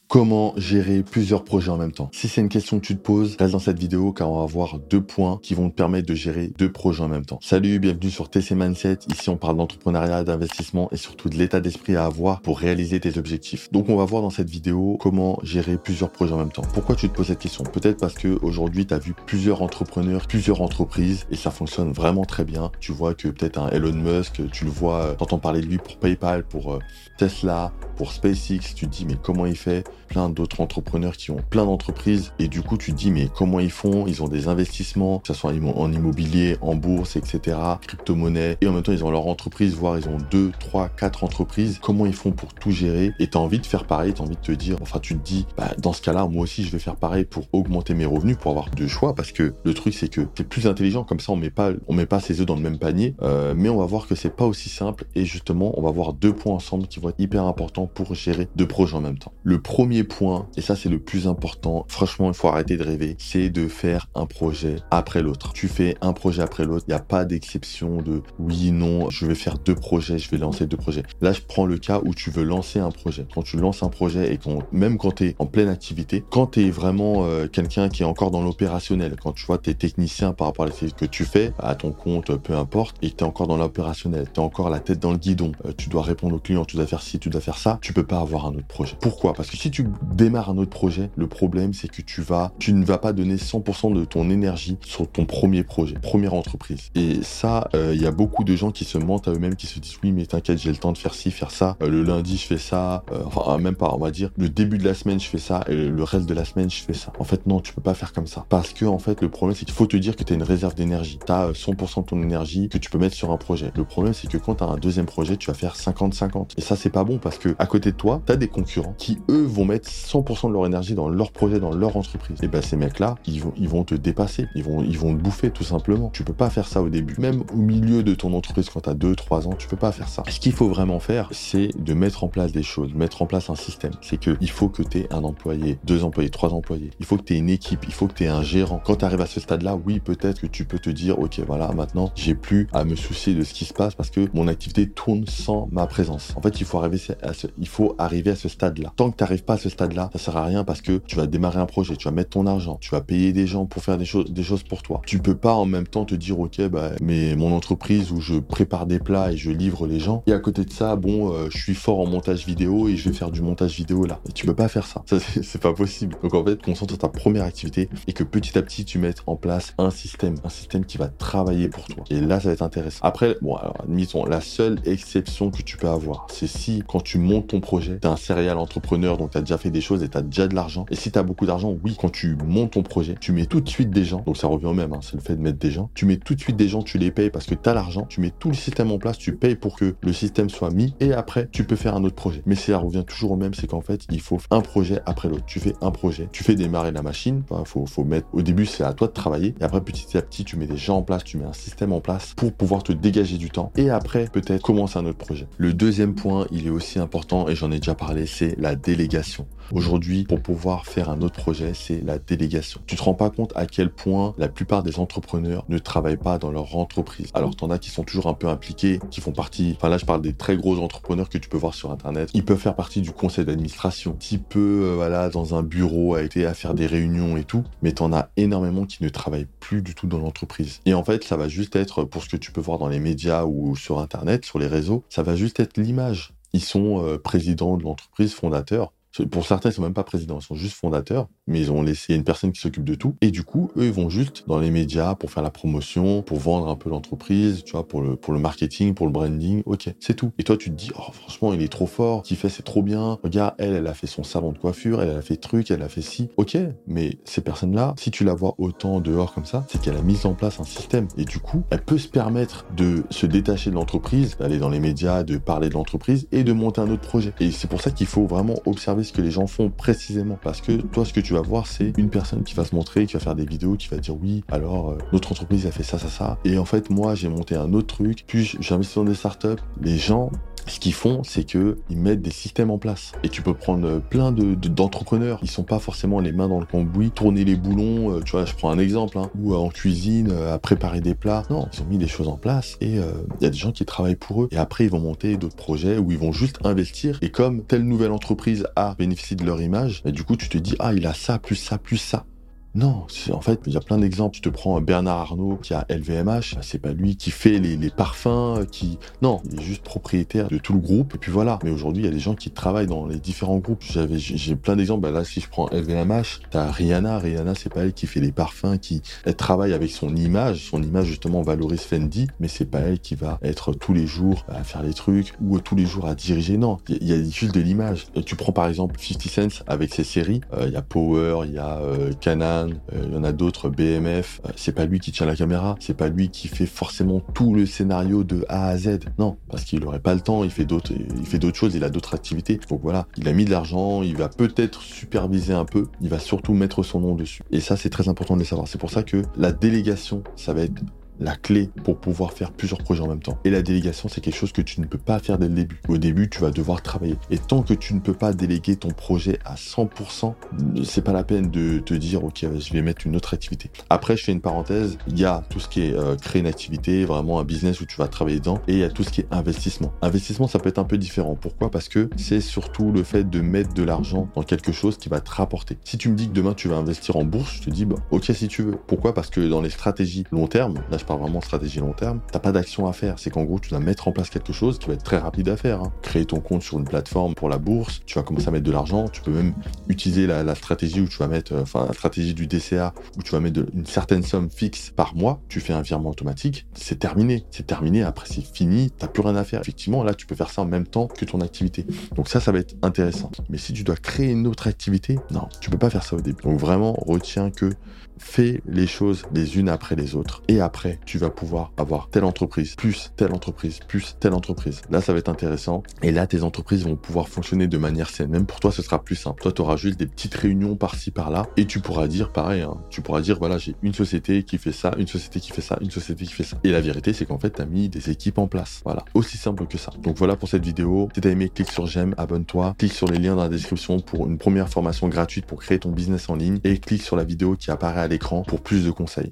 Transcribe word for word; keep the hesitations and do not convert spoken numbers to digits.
Comment gérer plusieurs projets en même temps? Si c'est une question que tu te poses, reste dans cette vidéo car on va voir deux points qui vont te permettre de gérer deux projets en même temps. Salut, bienvenue sur T C Mindset. Ici, on parle d'entrepreneuriat, d'investissement et surtout de l'état d'esprit à avoir pour réaliser tes objectifs. Donc, on va voir dans cette vidéo comment gérer plusieurs projets en même temps. Pourquoi tu te poses cette question? Peut-être parce que aujourd'hui, tu as vu plusieurs entrepreneurs, plusieurs entreprises et ça fonctionne vraiment très bien. Tu vois que peut-être un Elon Musk, tu le vois, t'entends parler de lui pour PayPal, pour euh, Tesla, pour SpaceX. Tu te dis, mais comment il fait? Plein d'autres entrepreneurs qui ont plein d'entreprises et du coup tu te dis mais comment ils font? Ils ont des investissements, que ce soit en immobilier, en bourse, et cetera, crypto-monnaie, et en même temps ils ont leur entreprise, voire ils ont deux, trois, quatre entreprises. Comment ils font pour tout gérer? Et tu as envie de faire pareil, tu as envie de te dire, enfin tu te dis, bah, dans ce cas-là, moi aussi je vais faire pareil pour augmenter mes revenus, pour avoir deux choix, parce que le truc c'est que c'est plus intelligent, comme ça on met pas, on met pas ses œufs dans le même panier, euh, mais on va voir que c'est pas aussi simple et justement on va voir deux points ensemble qui vont être hyper importants pour gérer deux projets en même temps. Le premier point, et ça c'est le plus important, franchement il faut arrêter de rêver, c'est de faire un projet après l'autre. Tu fais un projet après l'autre, il n'y a pas d'exception de oui, non, je vais faire deux projets, je vais lancer deux projets. Là je prends le cas où tu veux lancer un projet. Quand tu lances un projet et quand, même quand tu es en pleine activité, quand tu es vraiment euh, quelqu'un qui est encore dans l'opérationnel, quand tu vois tu es technicien par rapport à ce que tu fais, à ton compte, peu importe, et que tu es encore dans l'opérationnel, tu es encore la tête dans le guidon, euh, tu dois répondre aux clients, tu dois faire ci, tu dois faire ça, tu peux pas avoir un autre projet. Pourquoi? Parce que si tu démarre un autre projet, le problème c'est que tu vas, tu ne vas pas donner cent pour cent de ton énergie sur ton premier projet, première entreprise. Et ça, il euh, y a beaucoup de gens qui se mentent à eux-mêmes, qui se disent oui mais t'inquiète, j'ai le temps de faire ci, faire ça. Euh, le lundi je fais ça, euh, enfin même pas, on va dire le début de la semaine je fais ça et le reste de la semaine je fais ça. En fait non, tu peux pas faire comme ça. Parce que en fait le problème c'est qu'il faut te dire que tu as une réserve d'énergie. Tu as cent pour cent de ton énergie que tu peux mettre sur un projet. Le problème c'est que quand tu as un deuxième projet, tu vas faire cinquante cinquante. Et ça c'est pas bon parce que à côté de toi, tu as des concurrents qui eux vont mettre cent pour cent de leur énergie dans leur projet, dans leur entreprise. Et ben ces mecs-là, ils vont, ils vont te dépasser, ils vont, ils vont te bouffer tout simplement. Tu peux pas faire ça au début. Même au milieu de ton entreprise, quand tu as deux trois ans, tu peux pas faire ça. Ce qu'il faut vraiment faire, c'est de mettre en place des choses, mettre en place un système. C'est que il faut que tu aies un employé, deux employés, trois employés. Il faut que tu aies une équipe, il faut que tu aies un gérant. Quand tu arrives à ce stade-là, oui, peut-être que tu peux te dire, ok, voilà, maintenant, j'ai plus à me soucier de ce qui se passe parce que mon activité tourne sans ma présence. En fait, il faut arriver à ce, il faut arriver à ce stade-là. Tant que tu n'arrives pas à ce stade-là, ça sert à rien parce que tu vas démarrer un projet, tu vas mettre ton argent, tu vas payer des gens pour faire des choses, des choses pour toi. Tu peux pas en même temps te dire, ok, bah, mais mon entreprise où je prépare des plats et je livre les gens, et à côté de ça, bon, euh, je suis fort en montage vidéo et je vais faire du montage vidéo là. Et tu peux pas faire ça. Ça, c'est, c'est pas possible. Donc en fait, concentre ta première activité et que petit à petit, tu mettes en place un système, un système qui va travailler pour toi. Et là, ça va être intéressant. Après, bon, alors, admettons, la seule exception que tu peux avoir, c'est si, quand tu montes ton projet, t'es un serial entrepreneur, donc t'as déjà fait des choses et t'as déjà de l'argent. Et si t'as beaucoup d'argent, oui, quand tu montes ton projet, tu mets tout de suite des gens. Donc ça revient au même, hein, c'est le fait de mettre des gens. Tu mets tout de suite des gens, tu les payes parce que t'as l'argent. Tu mets tout le système en place, tu payes pour que le système soit mis et après, tu peux faire un autre projet. Mais ça revient toujours au même, c'est qu'en fait, il faut un projet après l'autre. Tu fais un projet, tu fais démarrer la machine. Enfin, faut, faut mettre, au début, c'est à toi de travailler. Et après, petit à petit, tu mets des gens en place, tu mets un système en place pour pouvoir te dégager du temps. Et après, peut-être commencer un autre projet. Le deuxième point, il est aussi important et j'en ai déjà parlé, c'est la délégation. Aujourd'hui, pour pouvoir faire un autre projet, c'est la délégation. Tu te rends pas compte à quel point la plupart des entrepreneurs ne travaillent pas dans leur entreprise. Alors, t'en as qui sont toujours un peu impliqués, qui font partie, enfin là, je parle des très gros entrepreneurs que tu peux voir sur Internet. Ils peuvent faire partie du conseil d'administration, petit peu, euh, voilà, dans un bureau, à être à faire des réunions et tout. Mais t'en as énormément qui ne travaillent plus du tout dans l'entreprise. Et en fait, ça va juste être, pour ce que tu peux voir dans les médias ou sur Internet, sur les réseaux, ça va juste être l'image. Ils sont euh, présidents de l'entreprise, fondateurs. Pour certains, ils sont même pas présidents, ils sont juste fondateurs, mais ils ont laissé une personne qui s'occupe de tout. Et du coup, eux, ils vont juste dans les médias pour faire la promotion, pour vendre un peu l'entreprise, tu vois, pour le, pour le marketing, pour le branding. Ok, c'est tout. Et toi, tu te dis, oh, franchement, il est trop fort, ce qu'il fait, c'est trop bien. Regarde, elle, elle a fait son salon de coiffure, elle, elle a fait truc, elle a fait ci. Ok, mais ces personnes-là, si tu la vois autant dehors comme ça, c'est qu'elle a mis en place un système. Et du coup, elle peut se permettre de se détacher de l'entreprise, d'aller dans les médias, de parler de l'entreprise et de monter un autre projet. Et c'est pour ça qu'il faut vraiment observer ce que les gens font précisément, parce que toi ce que tu vas voir c'est une personne qui va se montrer, qui va faire des vidéos, qui va dire oui alors euh, notre entreprise a fait ça ça ça et en fait moi j'ai monté un autre truc, puis j'ai investi dans des startups. Les gens Ce qu'ils font, c'est que ils mettent des systèmes en place. Et tu peux prendre plein de, de, d'entrepreneurs. Ils sont pas forcément les mains dans le cambouis, tourner les boulons. Euh, tu vois, je prends un exemple, hein, ou euh, en cuisine, euh, à préparer des plats. Non, ils ont mis des choses en place et il euh, y a des gens qui travaillent pour eux. Et après, ils vont monter d'autres projets où ils vont juste investir. Et comme telle nouvelle entreprise a bénéficié de leur image, bah, du coup, tu te dis, ah, il a ça, plus ça, plus ça. Non, c'est, en fait, il y a plein d'exemples. Je te prends Bernard Arnault qui a L V M H. C'est pas lui qui fait les, les parfums, qui... Non, il est juste propriétaire de tout le groupe. Et puis voilà. Mais aujourd'hui, il y a des gens qui travaillent dans les différents groupes. J'avais, j'ai plein d'exemples. Bah là, si je prends L V M H, t'as Rihanna. Rihanna, c'est pas elle qui fait les parfums, qui... Elle travaille avec son image. Son image, justement, valorise Fendi. Mais c'est pas elle qui va être tous les jours à faire les trucs ou tous les jours à diriger. Non, il y, y a juste de l'image. Tu prends par exemple fifty Cent avec ses séries. Il euh, y a Power, il y a euh, Canan. Il euh, y en a d'autres, B M F, euh, c'est pas lui qui tient la caméra, c'est pas lui qui fait forcément tout le scénario de A à Z. Non, parce qu'il aurait pas le temps, il fait d'autres, il fait d'autres choses, il a d'autres activités. Donc voilà, il a mis de l'argent, il va peut-être superviser un peu, il va surtout mettre son nom dessus. Et ça, c'est très important de le savoir. C'est pour ça que la délégation, ça va être la clé pour pouvoir faire plusieurs projets en même temps. Et la délégation, c'est quelque chose que tu ne peux pas faire dès le début. Au début, tu vas devoir travailler. Et tant que tu ne peux pas déléguer ton projet à cent pour cent, c'est pas la peine de te dire, ok, je vais mettre une autre activité. Après, je fais une parenthèse. Il y a tout ce qui est euh, créer une activité, vraiment un business où tu vas travailler dedans. Et il y a tout ce qui est investissement. Investissement, ça peut être un peu différent. Pourquoi? Parce que c'est surtout le fait de mettre de l'argent dans quelque chose qui va te rapporter. Si tu me dis que demain, tu vas investir en bourse, je te dis, bah, ok, si tu veux. Pourquoi? Parce que dans les stratégies long terme, là, je parle vraiment stratégie long terme, t'as pas d'action à faire. C'est qu'en gros, tu dois mettre en place quelque chose qui va être très rapide à faire. Hein. Créer ton compte sur une plateforme pour la bourse, tu vas commencer à mettre de l'argent, tu peux même utiliser la, la stratégie où tu vas mettre, euh, enfin, la stratégie du D C A, où tu vas mettre de, une certaine somme fixe par mois, tu fais un virement automatique, c'est terminé. C'est terminé, après c'est fini, t'as plus rien à faire. Effectivement, là, tu peux faire ça en même temps que ton activité. Donc ça, ça va être intéressant. Mais si tu dois créer une autre activité, non, tu peux pas faire ça au début. Donc vraiment, retiens que fais les choses les unes après les autres. Et après, tu vas pouvoir avoir telle entreprise, plus telle entreprise, plus telle entreprise. Là, ça va être intéressant. Et là, tes entreprises vont pouvoir fonctionner de manière saine. Même pour toi, ce sera plus simple. Toi, tu auras juste des petites réunions par-ci, par-là. Et tu pourras dire pareil. Hein, tu pourras dire, voilà, j'ai une société qui fait ça, une société qui fait ça, une société qui fait ça. Et la vérité, c'est qu'en fait, tu as mis des équipes en place. Voilà. Aussi simple que ça. Donc voilà pour cette vidéo. Si tu as aimé, clique sur j'aime, abonne-toi. Clique sur les liens dans la description pour une première formation gratuite pour créer ton business en ligne. Et clique sur la vidéo qui apparaît à l'écran pour plus de conseils.